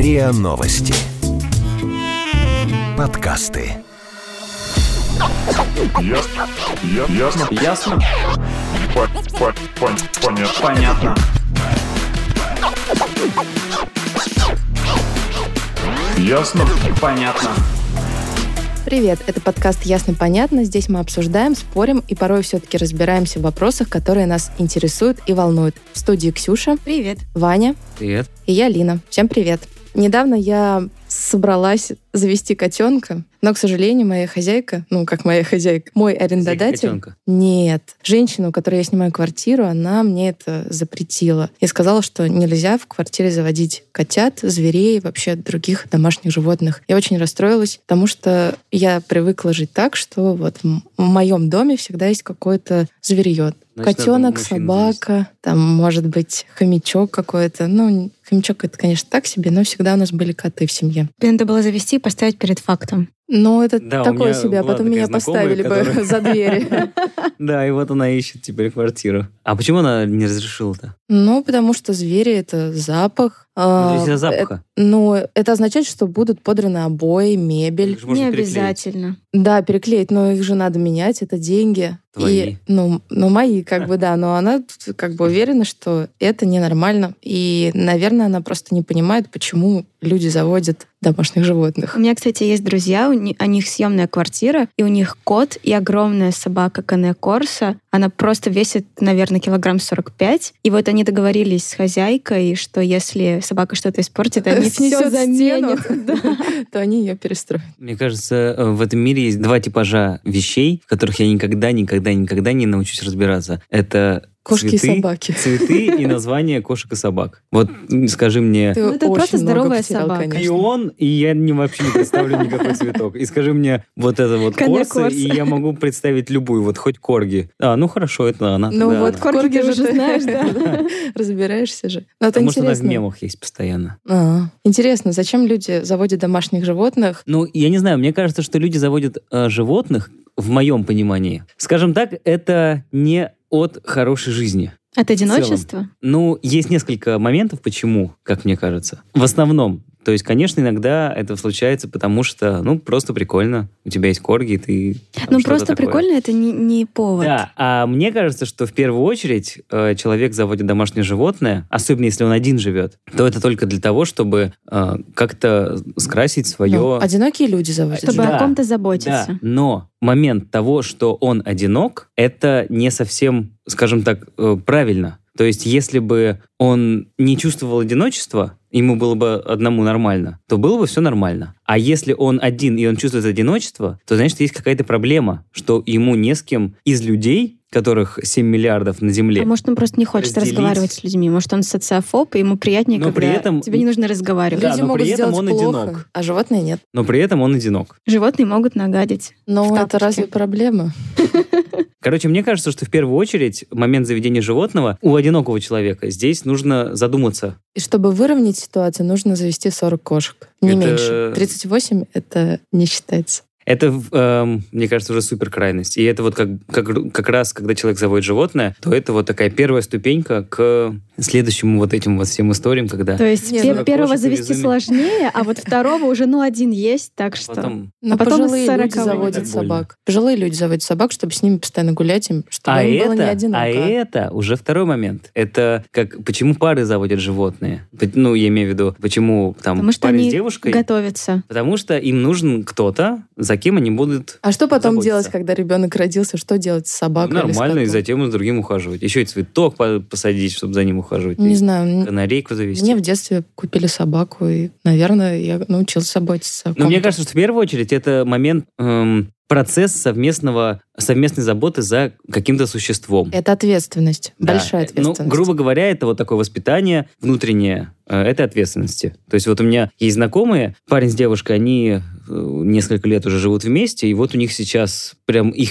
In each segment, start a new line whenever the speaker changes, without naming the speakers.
РИА Новости. Подкасты.
Ясно? Понятно. Ясно? Понятно.
Привет, это подкаст «Ясно-понятно». Здесь мы обсуждаем, спорим и порой все-таки разбираемся в вопросах, которые нас интересуют и волнуют. В студии Ксюша. Привет. Ваня.
Привет.
И я Лина. Всем привет. Недавно я собралась завести котенка, но, к сожалению, моя хозяйка, мой арендодатель... Нет. Женщина, у которой я снимаю квартиру, она мне это запретила. И сказала, что нельзя в квартире заводить котят, зверей, вообще других домашних животных. Я очень расстроилась, потому что я привыкла жить так, что вот в моем доме всегда есть какое-то зверье. Котенок, собака, там, может быть, хомячок какой-то. Ну, хомячок — это, конечно, так себе, но всегда у нас были коты в семье.
Надо было завести и поставить перед фактом.
Ну, это такое себе, а потом меня поставили бы за двери.
Да, и вот она ищет теперь квартиру. А почему она не разрешила-то?
Ну, потому что звери — это запах.
Из-за запаха?
Это означает, что будут подраны обои, мебель.
Не обязательно.
Да, переклеить, но их же надо менять, это деньги.
Твои.
Мои, да. Но она уверена, что это ненормально. И, наверное, она просто не понимает, почему люди заводят домашних животных.
У меня, кстати, есть друзья, у них съемная квартира, и у них кот и огромная собака Cane Corso. Она просто весит, наверное, килограмм 45. И вот они договорились с хозяйкой, что если собака что-то испортит, они все заменят,
то они ее перестроят.
Мне кажется, в этом мире есть два типажа вещей, в которых я никогда не научусь разбираться. Это
кошки и собаки.
Цветы и названия кошек и собак. Вот скажи мне...
Это просто здоровая собака.
Пион, и я вообще не представлю никакой цветок. И скажи мне вот это вот Корса, и я могу представить любую, вот хоть корги. Хорошо, это она.
Ну вот корги
уже знаешь, да?
Разбираешься же.
Потому что она в мемах есть постоянно.
Интересно, зачем люди заводят домашних животных?
Я не знаю, мне кажется, что люди заводят животных, в моем понимании. Скажем так, это не от хорошей жизни.
От одиночества?
Есть несколько моментов, почему, как мне кажется. В основном. То есть, конечно, иногда это случается, потому что, просто прикольно. У тебя есть корги, ты...
просто прикольно — это не повод.
Да, а мне кажется, что в первую очередь человек заводит домашнее животное, особенно если он один живет, то это только для того, чтобы как-то скрасить свое...
Одинокие люди заводят.
Чтобы о ком-то заботиться.
Да, но момент того, что он одинок, это не совсем, скажем так, правильно. То есть, если бы он не чувствовал одиночества, ему было бы одному нормально, то было бы все нормально. А если он один, и он чувствует одиночество, то, значит, есть какая-то проблема, что ему не с кем из людей, которых 7 миллиардов на Земле.
А может, он просто не хочет разговаривать с людьми. Может, он социофоб, и ему приятнее, когда тебе не нужно разговаривать.
Люди могут при этом он плохо, одинок. А животные нет.
Но при этом он одинок.
Животные могут нагадить.
Но это разве проблема?
Короче, мне кажется, что в первую очередь момент заведения животного у одинокого человека. Здесь нужно задуматься.
И чтобы выровнять ситуацию, нужно завести 40 кошек. Не меньше. 38 — это не считается.
Это, мне кажется, уже супер крайность. И это вот как раз, когда человек заводит животное, то это вот такая первая ступенька к следующему вот этим вот всем историям, когда...
То есть первого завести сложнее, а вот второго уже, один есть, так что...
Потом
пожилые люди заводят собак. Пожилые люди заводят собак, чтобы с ними постоянно гулять, чтобы им было не одиноко.
А это уже второй момент. Это почему пары заводят животные? Я имею в виду, почему там парень с девушкой...
Потому что они готовятся.
Потому что им нужен кто-то, за кем они будут
А что потом
заботиться.
делать, когда ребенок родился? Что делать с собакой?
Нормально, и затем с другим ухаживать. Еще и цветок посадить, чтобы за ним ухаживать.
Не знаю.
Канарейку завести.
Мне в детстве купили собаку, и, наверное, я научилась заботиться.
Мне кажется, что в первую очередь это момент... процесс совместной заботы за каким-то существом.
Это ответственность, большая ответственность.
Грубо говоря, это вот такое воспитание внутреннее этой ответственности. То есть вот у меня есть знакомые, парень с девушкой, они несколько лет уже живут вместе, и вот у них сейчас прям их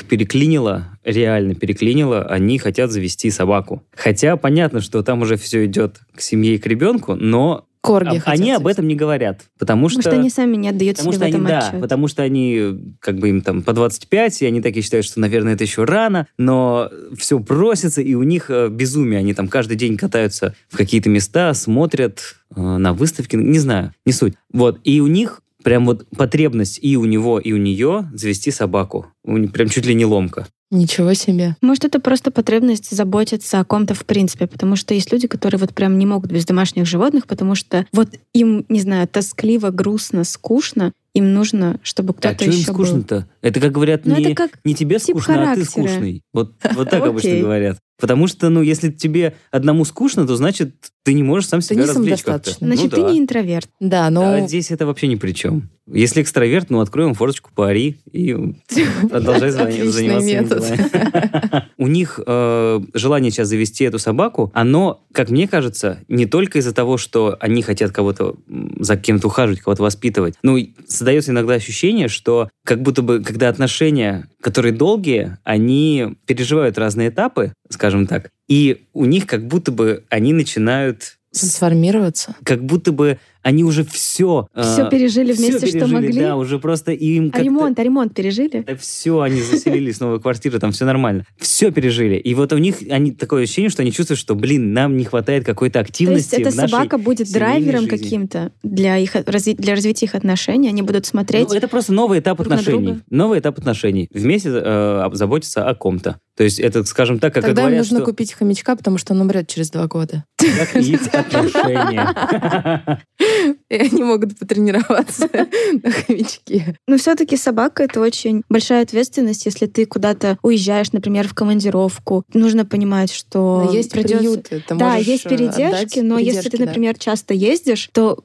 реально переклинило, они хотят завести собаку. Хотя понятно, что там уже все идет к семье и к ребенку, но
Корги
Они об этом не говорят, потому что...
Может, они сами не отдают себе в этом отчет.
Да, потому что они, как бы им там по 25, и они такие считают, что, наверное, это еще рано, но все просится, и у них безумие. Они там каждый день катаются в какие-то места, смотрят на выставки, не знаю, не суть. Вот, и у них прям вот потребность и у него, и у нее завести собаку. Прям чуть ли не ломка.
Ничего себе.
Может, это просто потребность заботиться о ком-то в принципе, потому что есть люди, которые вот прям не могут без домашних животных, потому что вот им, не знаю, тоскливо, грустно, скучно, им нужно, чтобы кто-то еще был. А что им
скучно-то? Это, как говорят, не тебе скучно, а ты скучный. Вот так обычно говорят. Потому что, если тебе одному скучно, то значит, ты не можешь сам себя развлечь как-то.
Значит, ты не интроверт.
Да, но...
А здесь это вообще ни при чем. Если экстраверт, откроем форточку, поори и продолжай заниматься этими делами. У них желание сейчас завести эту собаку, оно, как мне кажется, не только из-за того, что они хотят кого-то за кем-то ухаживать, кого-то воспитывать. Создается иногда ощущение, что как будто бы, когда отношения, которые долгие, они переживают разные этапы, скажем так, и у них как будто бы они начинают...
трансформироваться.
Как будто бы они уже все
пережили вместе, что могли.
Да, уже просто им
ремонт пережили?
Да все, они заселились в новую квартиру, там все нормально. Все пережили. И вот у них такое ощущение, что они чувствуют, что, нам не хватает какой-то активности.
То есть эта собака будет драйвером каким-то для развития их отношений. Они будут смотреть.
Это просто новый этап отношений. Новый этап отношений. Вместе заботиться о ком-то. То есть это, скажем так, как
тогда
говорят,
им нужно купить хомячка, потому что он умрет через 2 года.
Как и их отношения.
И они могут потренироваться на хомячке.
Но все-таки собака — это очень большая ответственность, если ты куда-то уезжаешь, например, в командировку. Нужно понимать, что
но есть приюты.
Есть передержки, но если ты, например, часто ездишь, то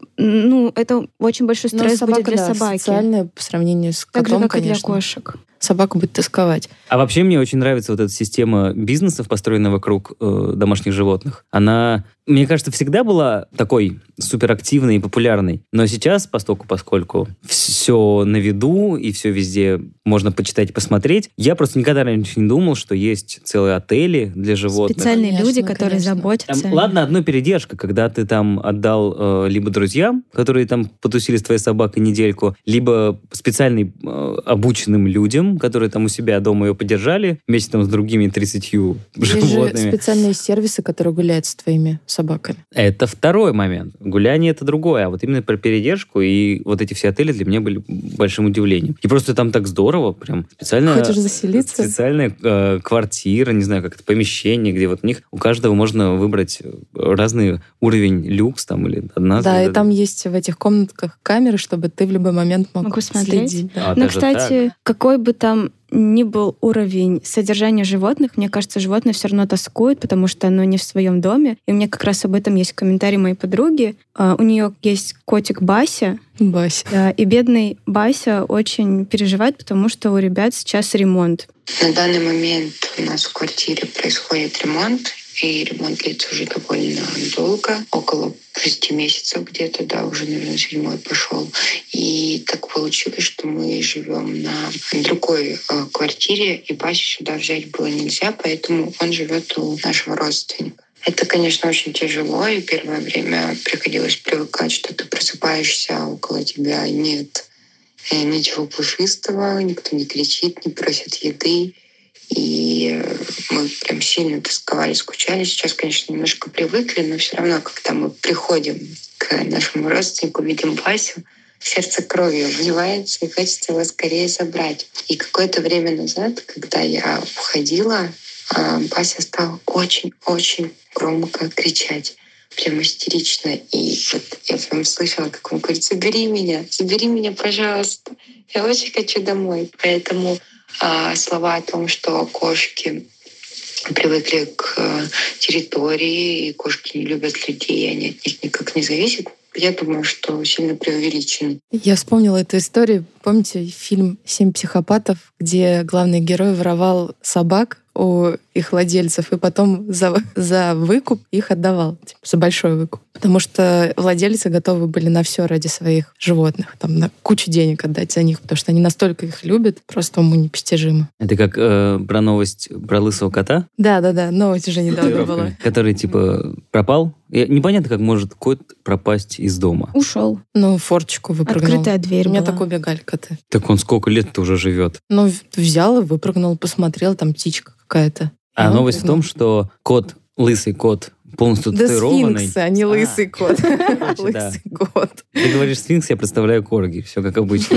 это очень большой стресс будет для собаки.
Социальное по сравнению с котом,
так же, как
конечно.
И для кошек.
Собака будет тосковать.
А вообще мне очень нравится вот эта система бизнесов, построенная вокруг домашних животных. Она, мне кажется, всегда была такой суперактивной и популярной. Но сейчас, поскольку все на виду и все везде можно почитать и посмотреть, я просто никогда раньше не думал, что есть целые отели для животных.
Специальные люди, которые заботятся.
Там, ладно, одно передержка, когда ты там отдал либо друзьям, которые там потусили с твоей собакой недельку, либо специальным обученным людям, которые там у себя дома ее подержали, вместе там с другими 30 животными.
Есть же специальные сервисы, которые гуляют с твоими собаками.
Это второй момент. Гуляние — это другое. А вот именно про передержку и вот эти все отели для меня были большим удивлением. И просто там так здорово, прям специально...
Хочешь заселиться?
Специальная квартира, не знаю, как это, помещение, где вот у каждого можно выбрать разный уровень люкс там или одна.
Да, и там есть в этих комнатках камеры, чтобы ты в любой момент мог следить. Да.
Кстати, какой бы там ни был уровень содержания животных, мне кажется, животное все равно тоскует, потому что оно не в своем доме. И у меня как раз об этом есть комментарий моей подруги. У нее есть котик Бася.
Бася.
Да, и бедный Бася очень переживает, потому что у ребят сейчас ремонт.
На данный момент у нас в квартире происходит ремонт, и ремонт длится уже довольно долго, около 6 месяцев где-то, да, уже, наверное, 7-й пошел. И так получилось, что мы живем на другой квартире, и Басю сюда взять было нельзя, поэтому он живет у нашего родственника. Это, конечно, очень тяжело, и первое время приходилось привыкать, что ты просыпаешься, а около тебя нет ничего пушистого, никто не кричит, не просит еды. И мы прям сильно тосковали, скучали. Сейчас, конечно, немножко привыкли, но все равно, когда мы приходим к нашему родственнику, видим Басю, сердце кровью вливается, и хочется его скорее забрать. И какое-то время назад, когда я уходила, Бася стала очень-очень громко кричать. Прям истерично. И вот я прям слышала, как он говорит: забери меня, пожалуйста. Я очень хочу домой. Поэтому слова о том, что кошки привыкли к территории, и кошки не любят людей, и они от них никак не зависят, я думаю, что сильно преувеличены.
Я вспомнила эту историю. Помните фильм «7 психопатов», где главный герой воровал собак у их владельцев, и потом за выкуп их отдавал, типа, за большой выкуп. Потому что владельцы готовы были на все ради своих животных, там, на кучу денег отдать за них, потому что они настолько их любят, просто уму непостижимо.
Это как про новость про лысого кота?
Да, новость уже недавно была.
Который, типа, пропал. Непонятно, как может кот пропасть из дома.
Ушел.
Ну, в форточку выпрыгнул.
Открытая дверь
У меня
была.
так убегали коты.
Так он сколько лет-то уже живет?
Ну, взял и выпрыгнул, посмотрел, там птичка какая-то.
А
Ну,
новость в том, что кот, лысый кот, полностью
Да
татуированный.
сфинкс, а не лысый кот.
да.
Лысый кот.
Ты говоришь сфинкс, я представляю корги. Все как обычно.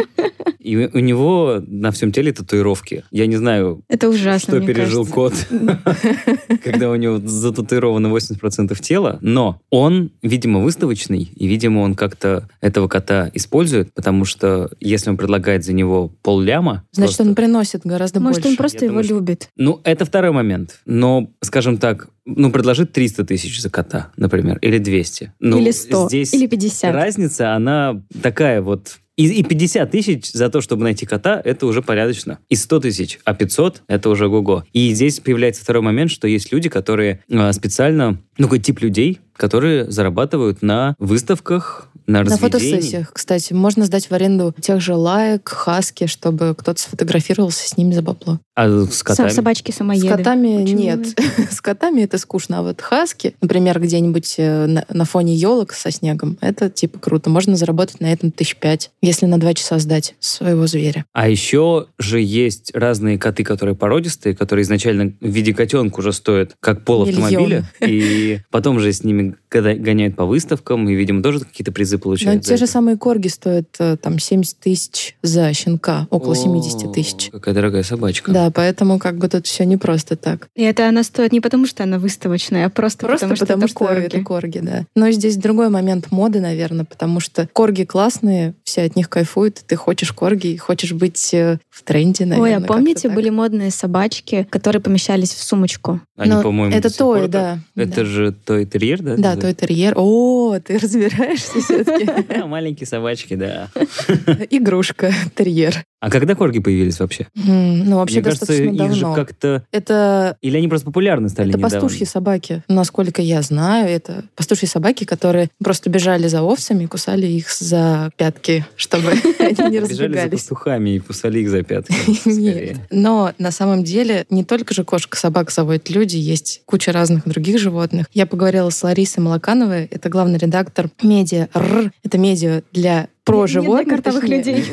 И у него на всем теле татуировки. Я не знаю,
Это ужасно,
что
мне
пережил
кажется.
кот, когда у него зататуировано 80% тела. Но он, видимо, выставочный, и, видимо, он как-то этого кота использует, потому что если он предлагает за него полляма...
Значит,
просто-
он приносит гораздо
Может,
больше.
он просто
Я
его
думаю, что-
любит.
Ну, это второй момент. Но, скажем так, предложить 300 тысяч за кота, например, или 200. Ну,
Или 100,
здесь
или 50.
разница, она такая вот... И 50 тысяч за то, чтобы найти кота, это уже порядочно. И 100 тысяч, а 500 — это уже ого-го. И здесь появляется второй момент, что есть люди, которые специально... Ну, какой тип людей, которые зарабатывают на выставках, на
На
разведении.
фотосессиях, кстати, можно сдать в аренду тех же лаек, хаски, чтобы кто-то сфотографировался с ними за бабло.
А с котами?
Собачки-самоеды.
С котами
Очень
нет.
милые.
С котами это скучно. А вот хаски, например, где-нибудь на фоне елок со снегом, это типа круто. Можно заработать на этом 5 000, если на 2 часа сдать своего зверя.
А еще же есть разные коты, которые породистые, которые изначально в виде котенка уже стоят как пол автомобиля. И потом же с ними гоняют по выставкам, и, видимо, тоже какие-то призы
Но
получают.
те же самые корги стоят там 70 тысяч за щенка, около 70 тысяч.
Какая дорогая собачка.
Да, поэтому как бы тут все не просто так.
И это она стоит не потому, что она выставочная, а просто потому что это корги.
это корги, да. Но здесь другой момент моды, наверное, потому что корги классные, все от них кайфуют, ты хочешь корги и хочешь быть в тренде, наверное.
Ой, а помните,
как-то так.
были модные собачки, которые помещались в сумочку?
Они,
Ну,
по-моему,
это
до сих пор
той,
так.
да.
Это
Да.
же той-терьер, да?
Да, той-терьер. О, ты разбираешься все-таки.
Маленькие собачки, да.
Игрушка, терьер.
А когда корги появились вообще?
Ну, вообще
Мне кажется,
достаточно
их же
давно.
как-то...
Это
Или они просто популярны стали
Это
недавно?
пастушьи собаки. Насколько я знаю, это пастушьи собаки, которые просто бежали за овцами и кусали их за пятки, чтобы они не
Бежали за
разбегались.
пастухами и кусали их за пятки.
Нет.
скорее.
Но на самом деле не только же кошек, собак заводят люди, есть куча разных других животных. Я поговорила с Ларисой Малакановой, это главный редактор медиа РР. Это медиа про
Не для
животных.
картовых
точнее.
людей.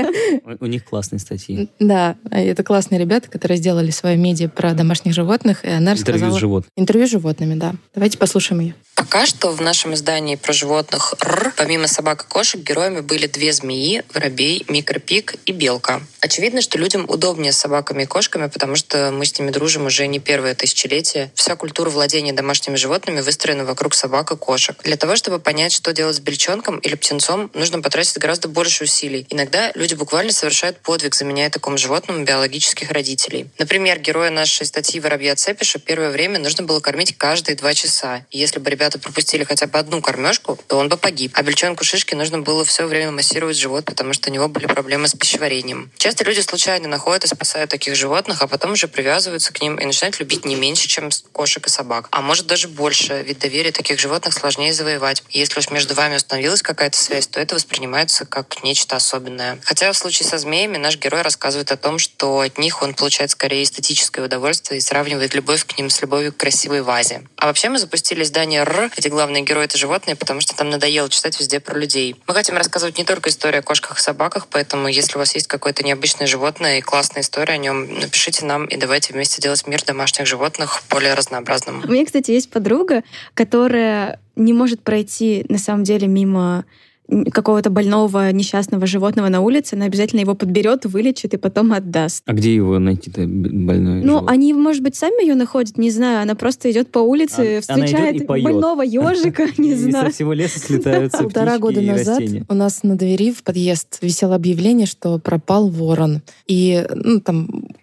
У них классные статьи.
Да, это классные ребята, которые сделали свое медиа про домашних животных, и она
Интервью
рассказала...
с животными.
Интервью с животными, да. Давайте послушаем ее.
Пока что в нашем издании про животных «Р» помимо собак и кошек героями были 2 змеи, воробей, микропик и белка. Очевидно, что людям удобнее с собаками и кошками, потому что мы с ними дружим уже не первое тысячелетие. Вся культура владения домашними животными выстроена вокруг собак и кошек. Для того, чтобы понять, что делать с бельчонком или птенцом, нужно потратить гораздо больше усилий. Иногда люди буквально совершают подвиг, заменяя такому животному биологических родителей. Например, героя нашей статьи «Воробья Цепиша» первое время нужно было кормить каждые 2 часа. И если бы ребята пропустили хотя бы одну кормежку, то он бы погиб. А бельчонку Шишке нужно было все время массировать живот, потому что у него были проблемы с пищеварением. Часто люди случайно находят и спасают таких животных, а потом уже привязываются к ним и начинают любить не меньше, чем кошек и собак. А может даже больше, ведь доверие таких животных сложнее завоевать. И если уж между вами установилась какая-то связь, то это воспринимается как нечто особенное. Хотя в случае со змеями наш герой рассказывает о том, что от них он получает скорее эстетическое удовольствие и сравнивает любовь к ним с любовью к красивой вазе. А вообще мы запустили издание «Р», где главные герои — это животные, потому что там надоело читать везде про людей. Мы хотим рассказывать не только истории о кошках и собаках, поэтому если у вас есть какое-то необычное животное и классная история о нем, напишите нам, и давайте вместе делать мир домашних животных более разнообразным.
У меня, кстати, есть подруга, которая не может пройти, на самом деле, мимо какого-то больного, несчастного животного на улице, она обязательно его подберет, вылечит и потом отдаст.
А где его найти-то, больное
Ну,
животное?
они, может быть, сами ее находят, не знаю. Она просто идет по улице,
Она идет и
встречает
поет.
больного ежика, не
И со
знаю.
всего леса слетаются
Полтора
птички
года
и
назад
растения.
у нас на двери в подъезд висело объявление, что пропал ворон. И там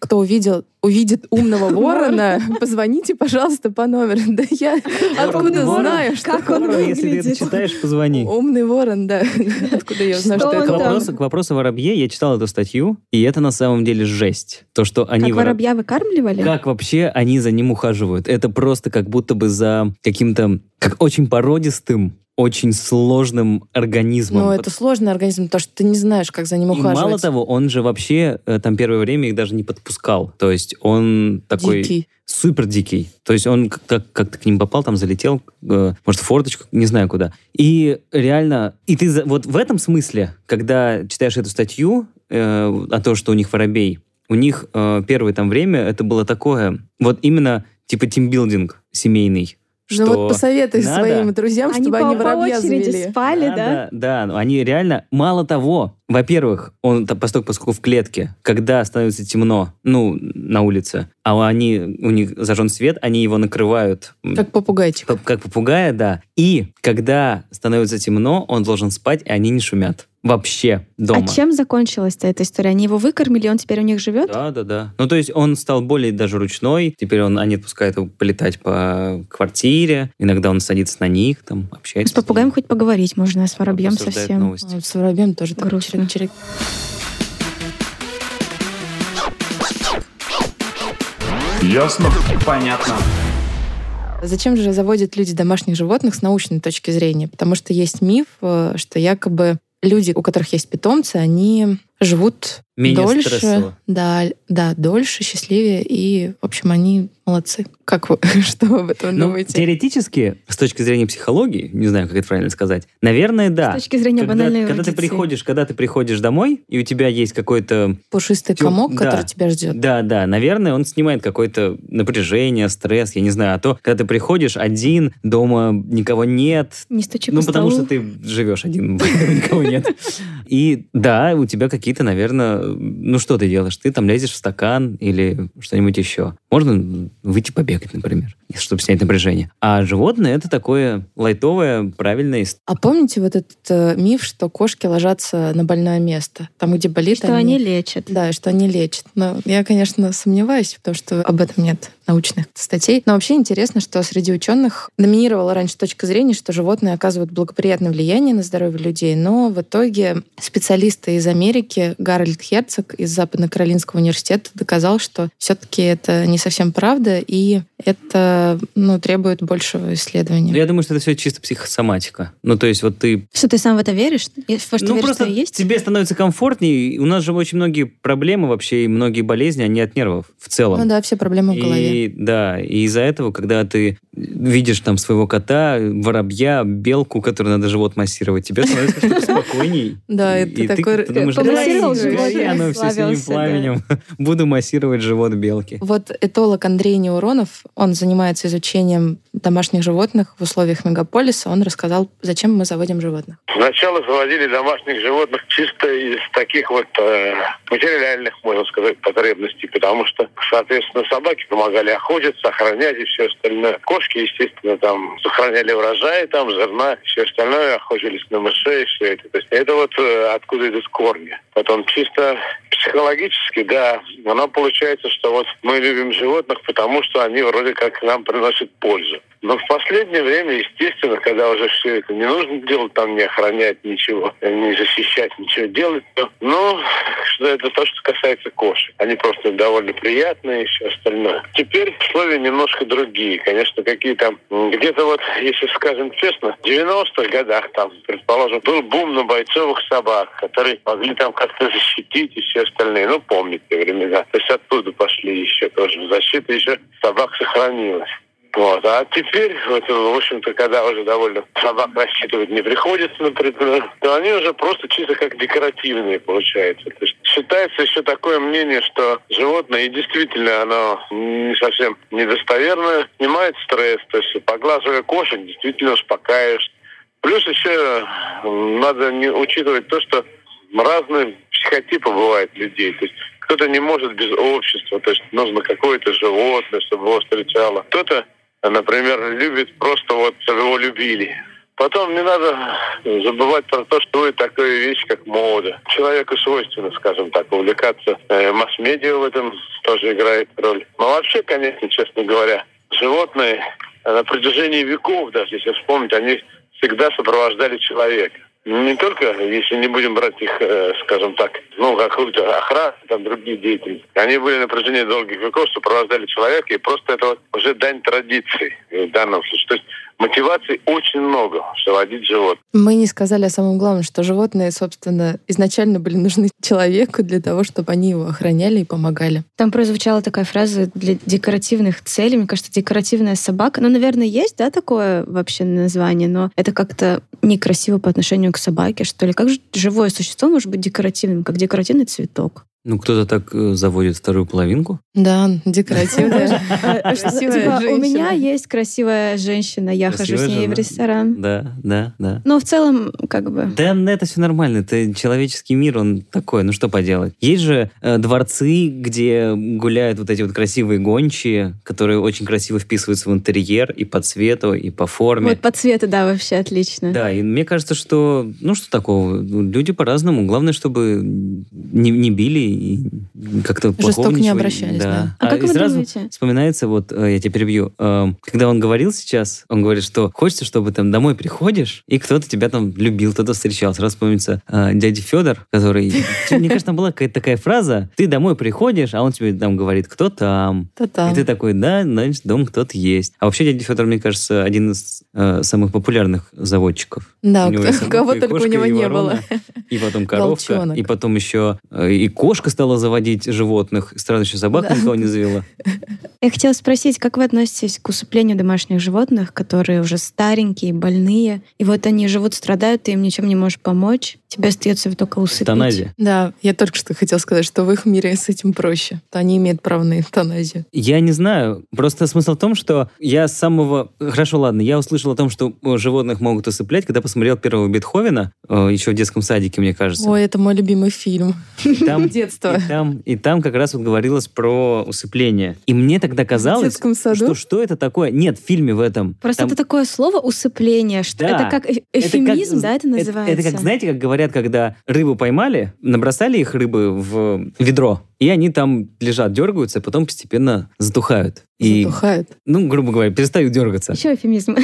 кто увидит умного ворона, позвоните, пожалуйста, по номеру. Да я откуда знаю, что
как он выглядит?
Если ты это читаешь, позвони.
Умный ворон, да. Откуда я узнаю, что это
К вопросу о воробье, я читал эту статью, и это на самом деле жесть. То, что они...
Как воробья выкармливали?
Как вообще они за ним ухаживают? Это просто как будто бы за каким-то, как очень породистым, очень сложным организмом.
Ну, это сложный организм, потому что ты не знаешь, как за ним ухаживать.
И мало того, он же вообще там первое время их даже не подпускал. То есть он такой...
Дикий.
Супер дикий. То есть он как ты к ним попал, там залетел, может, в форточку, не знаю куда. И реально... И ты вот в этом смысле, когда читаешь эту статью о том, что у них воробей, у них первое там время это было такое, вот именно типа тимбилдинг семейный.
Ну вот посоветуй своим друзьям, чтобы они воробья завели.
Они спали, да?
Да, они реально... Мало того, во-первых, он поскольку в клетке, когда становится темно, на улице, а у них зажжен свет, они его накрывают...
Как попугайчик.
Как попугая, да. И когда становится темно, он должен спать, и они не шумят. Вообще дома.
А чем закончилась-то эта история? Они его выкормили, он теперь у них живет?
Да. Ну, то есть он стал более даже ручной. Теперь они отпускают его полетать по квартире. Иногда он садится на них, там, общается.
С попугаем хоть поговорить можно, а с воробьем совсем.
С воробьем тоже так чирик-чирик.
Ясно? Понятно.
Зачем же заводят люди домашних животных с научной точки зрения? Потому что есть миф, что якобы люди, у которых есть питомцы, они живут
менее
дольше,
стрессово.
Да, дольше, счастливее, и, в общем, они молодцы. Как вы, что вы об этом думаете?
Теоретически, с точки зрения психологии, не знаю, как это правильно сказать, наверное, да.
С точки зрения банальной
когда ты приходишь домой, и у тебя есть какой-то...
Пушистый комок, который тебя ждет.
Да, наверное, он снимает какое-то напряжение, стресс, я не знаю. А то, когда ты приходишь один, дома никого нет.
Не стучи по
потому
столу.
что ты живешь один, никого нет. И да, у тебя какие-то, наверное... что ты делаешь? Ты там лезешь в стакан или что-нибудь еще. Можно выйти побегать, например, чтобы снять напряжение. А животное — это такое лайтовое, правильное.
А помните вот этот миф, что кошки ложатся на больное место? Там, где болит,
что они лечат.
Да, что они лечат. Но я, конечно, сомневаюсь, потому что об этом нет научных статей. Но вообще интересно, что среди ученых доминировала раньше точка зрения, что животные оказывают благоприятное влияние на здоровье людей, но в итоге специалисты из Америки, Гарольд Херцог из Западно-Каролинского университета, доказал, что все-таки это не совсем правда, и это требует большего исследования.
Я думаю, что это все чисто психосоматика. То есть вот ты...
Что, ты сам в это веришь? Что веришь,
просто
что есть?
тебе становится комфортнее. У нас же очень многие проблемы вообще, и многие болезни, они от нервов в целом.
Да, все проблемы в голове.
И из-за этого, когда ты видишь там своего кота, воробья, белку, которую надо живот массировать, тебе становится как-то спокойней.
Да, это такой...
Ты думаешь, оно все синим пламенем. Буду массировать живот белки.
Вот этолог Андрей Неуронов, он занимается изучением домашних животных в условиях мегаполиса. Он рассказал, зачем мы заводим животных.
Сначала заводили домашних животных чисто из таких вот материальных, можно сказать, потребностей, потому что, соответственно, собаки помогали охотиться, охранять и все остальное. Кошки, естественно, там сохраняли урожай, там зерна, все остальное, охотились на мышей, все это. То есть это вот откуда идут корни. Потом чисто психологически, да, оно получается, что вот мы любим животных, потому что они вроде как нам приносят пользу. Но в последнее время, естественно, когда уже все это не нужно делать, там не охранять ничего, не защищать, ничего делать, что это то, что касается кошек. Они просто довольно приятные и все остальное. Теперь условия немножко другие. Конечно, какие-то, где-то вот, если скажем честно, в 90-х годах там, предположим, был бум на бойцовых собак, которые могли там как-то защитить и все остальные. Помните времена. То есть оттуда пошли еще тоже в защиту, еще собак сохранилось. Вот. А теперь, в общем-то, когда уже довольно собак рассчитывать не приходится, например, то они уже просто чисто как декоративные получаются. То есть считается еще такое мнение, что животное, и действительно оно не совсем недостоверное, снимает стресс. То есть поглаживая кошек, действительно успокаиваешь. Плюс еще надо учитывать то, что разные психотипы бывают людей. То есть кто-то не может без общества, то есть нужно какое-то животное, чтобы его встречало. Кто-то, например, любит просто чтобы его любили. Потом не надо забывать про то, что есть такая вещь, как мода. Человеку свойственно, скажем так, увлекаться. Масс-медиа в этом тоже играет роль. Но вообще, конечно, честно говоря, животные на протяжении веков, даже если вспомнить, они всегда сопровождали человека. Не только, если не будем брать их, скажем так, какую-то охрану, там другие деятельности. Они были на протяжении долгих веков, сопровождали человека, и просто это вот уже дань традиции в данном случае. То есть мотиваций очень много, что водить животных.
Мы не сказали о самом главном, что животные, собственно, изначально были нужны человеку для того, чтобы они его охраняли и помогали.
Там прозвучала такая фраза для декоративных целей. Мне кажется, декоративная собака. Наверное, есть, да, такое вообще название, но это как-то некрасиво по отношению к собаке, что ли. Как же живое существо может быть декоративным, как декоративный цветок?
Кто-то так заводит вторую половинку.
Да, декоративная.
У меня есть красивая женщина, я хожу с ней в ресторан.
Да.
Но в целом, как бы...
Да, это все нормально. Это человеческий мир, он такой, что поделать. Есть же дворцы, где гуляют вот эти вот красивые гончие, которые очень красиво вписываются в интерьер и по цвету, и по форме.
Вот по цвету, да, вообще отлично.
Да, и мне кажется, что, что такого, люди по-разному. Главное, чтобы не били и как-то плохого
жестоко не
ничего.
обращались, да.
А как вы
сразу
думаете?
вспоминается, я тебя перебью, когда он говорил сейчас, он говорит, что хочется, чтобы там домой приходишь, и кто-то тебя там любил, кто-то встречал. Сразу вспомнится дядя Федор, который... Мне кажется, там была какая-то такая фраза, ты домой приходишь, а он тебе там говорит, кто там?
Кто там?
И ты такой, да, значит, дома кто-то есть. А вообще дядя Федор, мне кажется, один из самых популярных заводчиков.
Да, кого только у него не было.
И потом коровка,
Волчонок.
и потом еще и кошка стала заводить животных. Странно, еще собака никого не завела.
Я хотела спросить, как вы относитесь к усыплению домашних животных, которые уже старенькие, больные, и вот они живут, страдают, ты им ничем не можешь помочь, тебе остается только усыпить?
Эвтаназия.
Да, я только что хотела сказать, что в их мире с этим проще. То они имеют право на эвтаназию.
Я не знаю. Просто смысл в том, что я с самого... Хорошо, ладно, я услышал о том, что животных могут усыплять, когда посмотрел первого Бетховена, еще в детском садике, мне кажется.
Ой, это мой любимый фильм. Детство.
И там как раз вот говорилось про усыпление. И мне тогда казалось,
В детском саду?
что это такое... Нет, в фильме в этом.
Просто
Там-
это такое слово «усыпление», что
Да.
это как эвфемизм, да, это называется?
Это как, знаете, как говорят, когда рыбу поймали, набросали их рыбы в ведро, и они там лежат, дергаются, а потом постепенно затухают.
Затухают.
Грубо говоря, перестают дергаться.
Еще эвфемизм.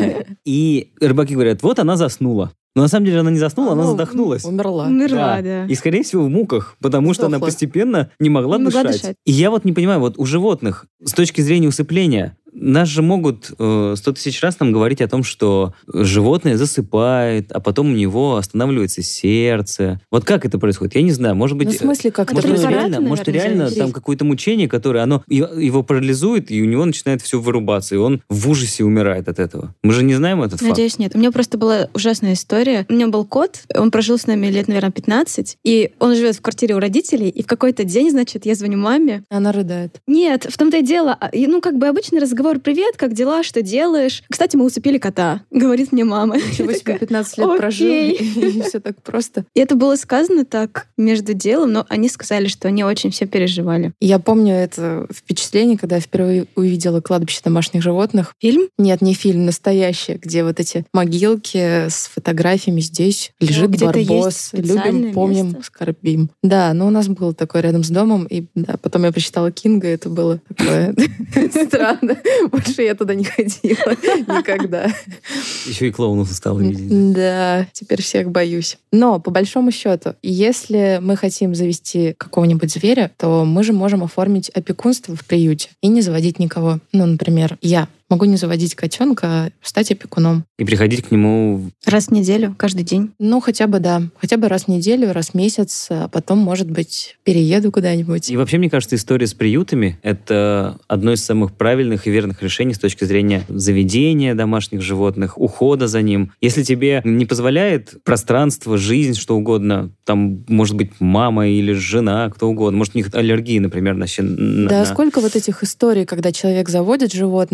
И рыбаки говорят, вот она заснула. Но на самом деле она не заснула, она задохнулась.
Умерла.
Умерла, да.
И, скорее всего, в муках, потому что она
Сдохла.
постепенно не могла
Не могла
дышать.
дышать.
И я не понимаю, у животных, с точки зрения усыпления, нас же могут 100 тысяч раз нам говорить о том, что животное засыпает, а потом у него останавливается сердце. Вот как это происходит? Я не знаю. Может быть,
Ну, в смысле, как
может,
это
препараты,
может,
наверное,
реально
зависит.
там какое-то мучение, которое его парализует, и у него начинает все вырубаться, и он в ужасе умирает от этого. Мы же не знаем этот факт.
Надеюсь, нет. У меня просто была ужасная история. У меня был кот, он прожил с нами лет, наверное, 15, и он живет в квартире у родителей, и в какой-то день, значит, я звоню маме.
Она рыдает.
Нет, в том-то и дело. Обычный разговор. Привет, как дела, что делаешь? Кстати, мы усыпили кота, говорит мне мама.
Ничего
Я
себе,
такая,
15 лет
«Окей».
прожил, и все так просто.
И это было сказано так между делом, но они сказали, что они очень все переживали.
Я помню это впечатление, когда я впервые увидела «Кладбище домашних животных».
Фильм?
Нет, не фильм, настоящий, где вот эти могилки с фотографиями здесь. Лежит
где-то есть
Барбос.
специальное
Любим, помним,
место?
скорбим. Да, но у нас было такое рядом с домом. И да, потом я прочитала Кинга, и это было такое странно. Больше я туда не ходила никогда.
Еще и клоунов стало видеть.
Да, теперь всех боюсь. Но, по большому счету, если мы хотим завести какого-нибудь зверя, то мы же можем оформить опекунство в приюте и не заводить никого. Например, я могу не заводить котенка, а стать опекуном.
И приходить к нему...
Раз в неделю, каждый день.
Хотя бы, да. Хотя бы раз в неделю, раз в месяц, а потом, может быть, перееду куда-нибудь.
И вообще, мне кажется, история с приютами — это одно из самых правильных и верных решений с точки зрения заведения домашних животных, ухода за ним. Если тебе не позволяет пространство, жизнь, что угодно, там, может быть, мама или жена, кто угодно, может, у них аллергии, например,
Да, сколько вот этих историй, когда человек заводит животное, а потом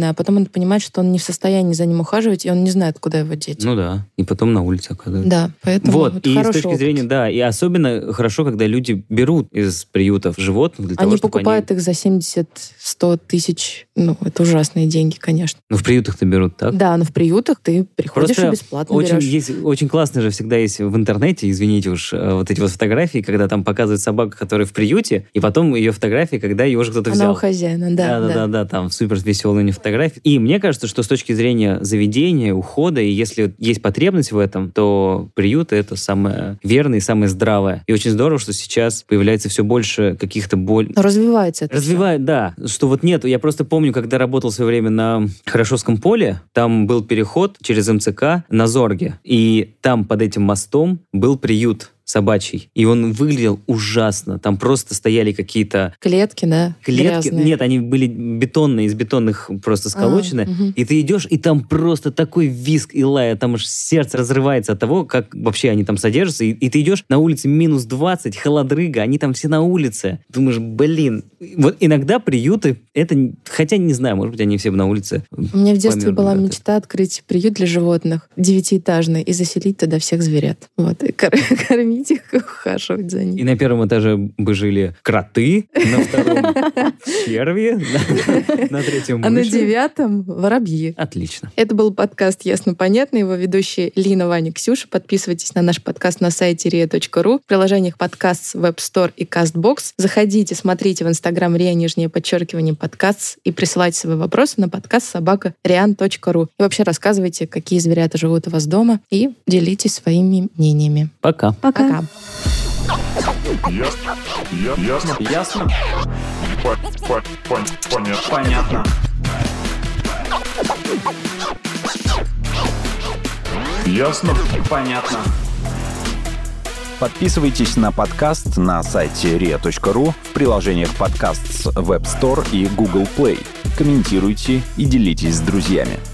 надо понимать, что он не в состоянии за ним ухаживать, и он не знает, куда его деть.
Ну да, и потом на улице оказывается.
Да, поэтому
вот, и с точки
опыт.
зрения, да, и особенно хорошо, когда люди берут из приютов животных для того,
Они
чтобы
покупают их за 70-100 тысяч. Ну, это ужасные деньги, конечно.
Ну, в приютах-то берут, так?
Да, но в приютах ты приходишь и бесплатно берешь.
Очень классно же всегда есть в интернете, извините уж, вот эти вот фотографии, когда там показывают собаку, которая в приюте, и потом ее фотографии, когда ее уже кто-то взял.
Она у хозяина, да.
Да, там супер веселые у нее фотографии. И мне кажется, что с точки зрения заведения, ухода, и если есть потребность в этом, то приют — это самое верное и самое здравое. И очень здорово, что сейчас появляется все больше каких-то
Но развивается это
Развивает, да. Что вот нет, я просто помню, когда работал в свое время на Хорошевском поле, там был переход через МЦК на Зорге, и там под этим мостом был приют собачий. И он выглядел ужасно. Там просто стояли какие-то...
Клетки, да?
Клетки.
Грязные.
Нет, они были бетонные, из бетонных просто сколочены. И ты идешь, и там просто такой визг и лай. Там аж сердце разрывается от того, как вообще они там содержатся. И ты идешь на улице минус 20, холодрыга, они там все на улице. Думаешь, блин. Вот иногда приюты, это... Хотя, не знаю, может быть, они все на улице.
У меня в детстве была мечта открыть приют для животных 9-этажный и заселить туда всех зверят. Вот. И кормить их, ухаживать за ними.
И на первом этаже бы жили кроты, на втором черви, на третьем мыши.
А на 9-м воробьи.
Отлично.
Это был подкаст «Ясно-понятно». Его ведущие Лина, Ваня, Ксюша. Подписывайтесь на наш подкаст на сайте ria.ru, в приложениях подкаст, Web Store и CastBox. Заходите, смотрите в Инстаграм ria_подкаст и присылайте свои вопросы на подкаст@rian.ru. И вообще рассказывайте, какие зверята живут у вас дома, и делитесь своими мнениями.
Пока.
Пока.
Ясно? Понятно. Ясно? Понятно.
Подписывайтесь на подкаст на сайте ria.ru, в приложениях подкаст с Web Store и Google Play. Комментируйте и делитесь с друзьями.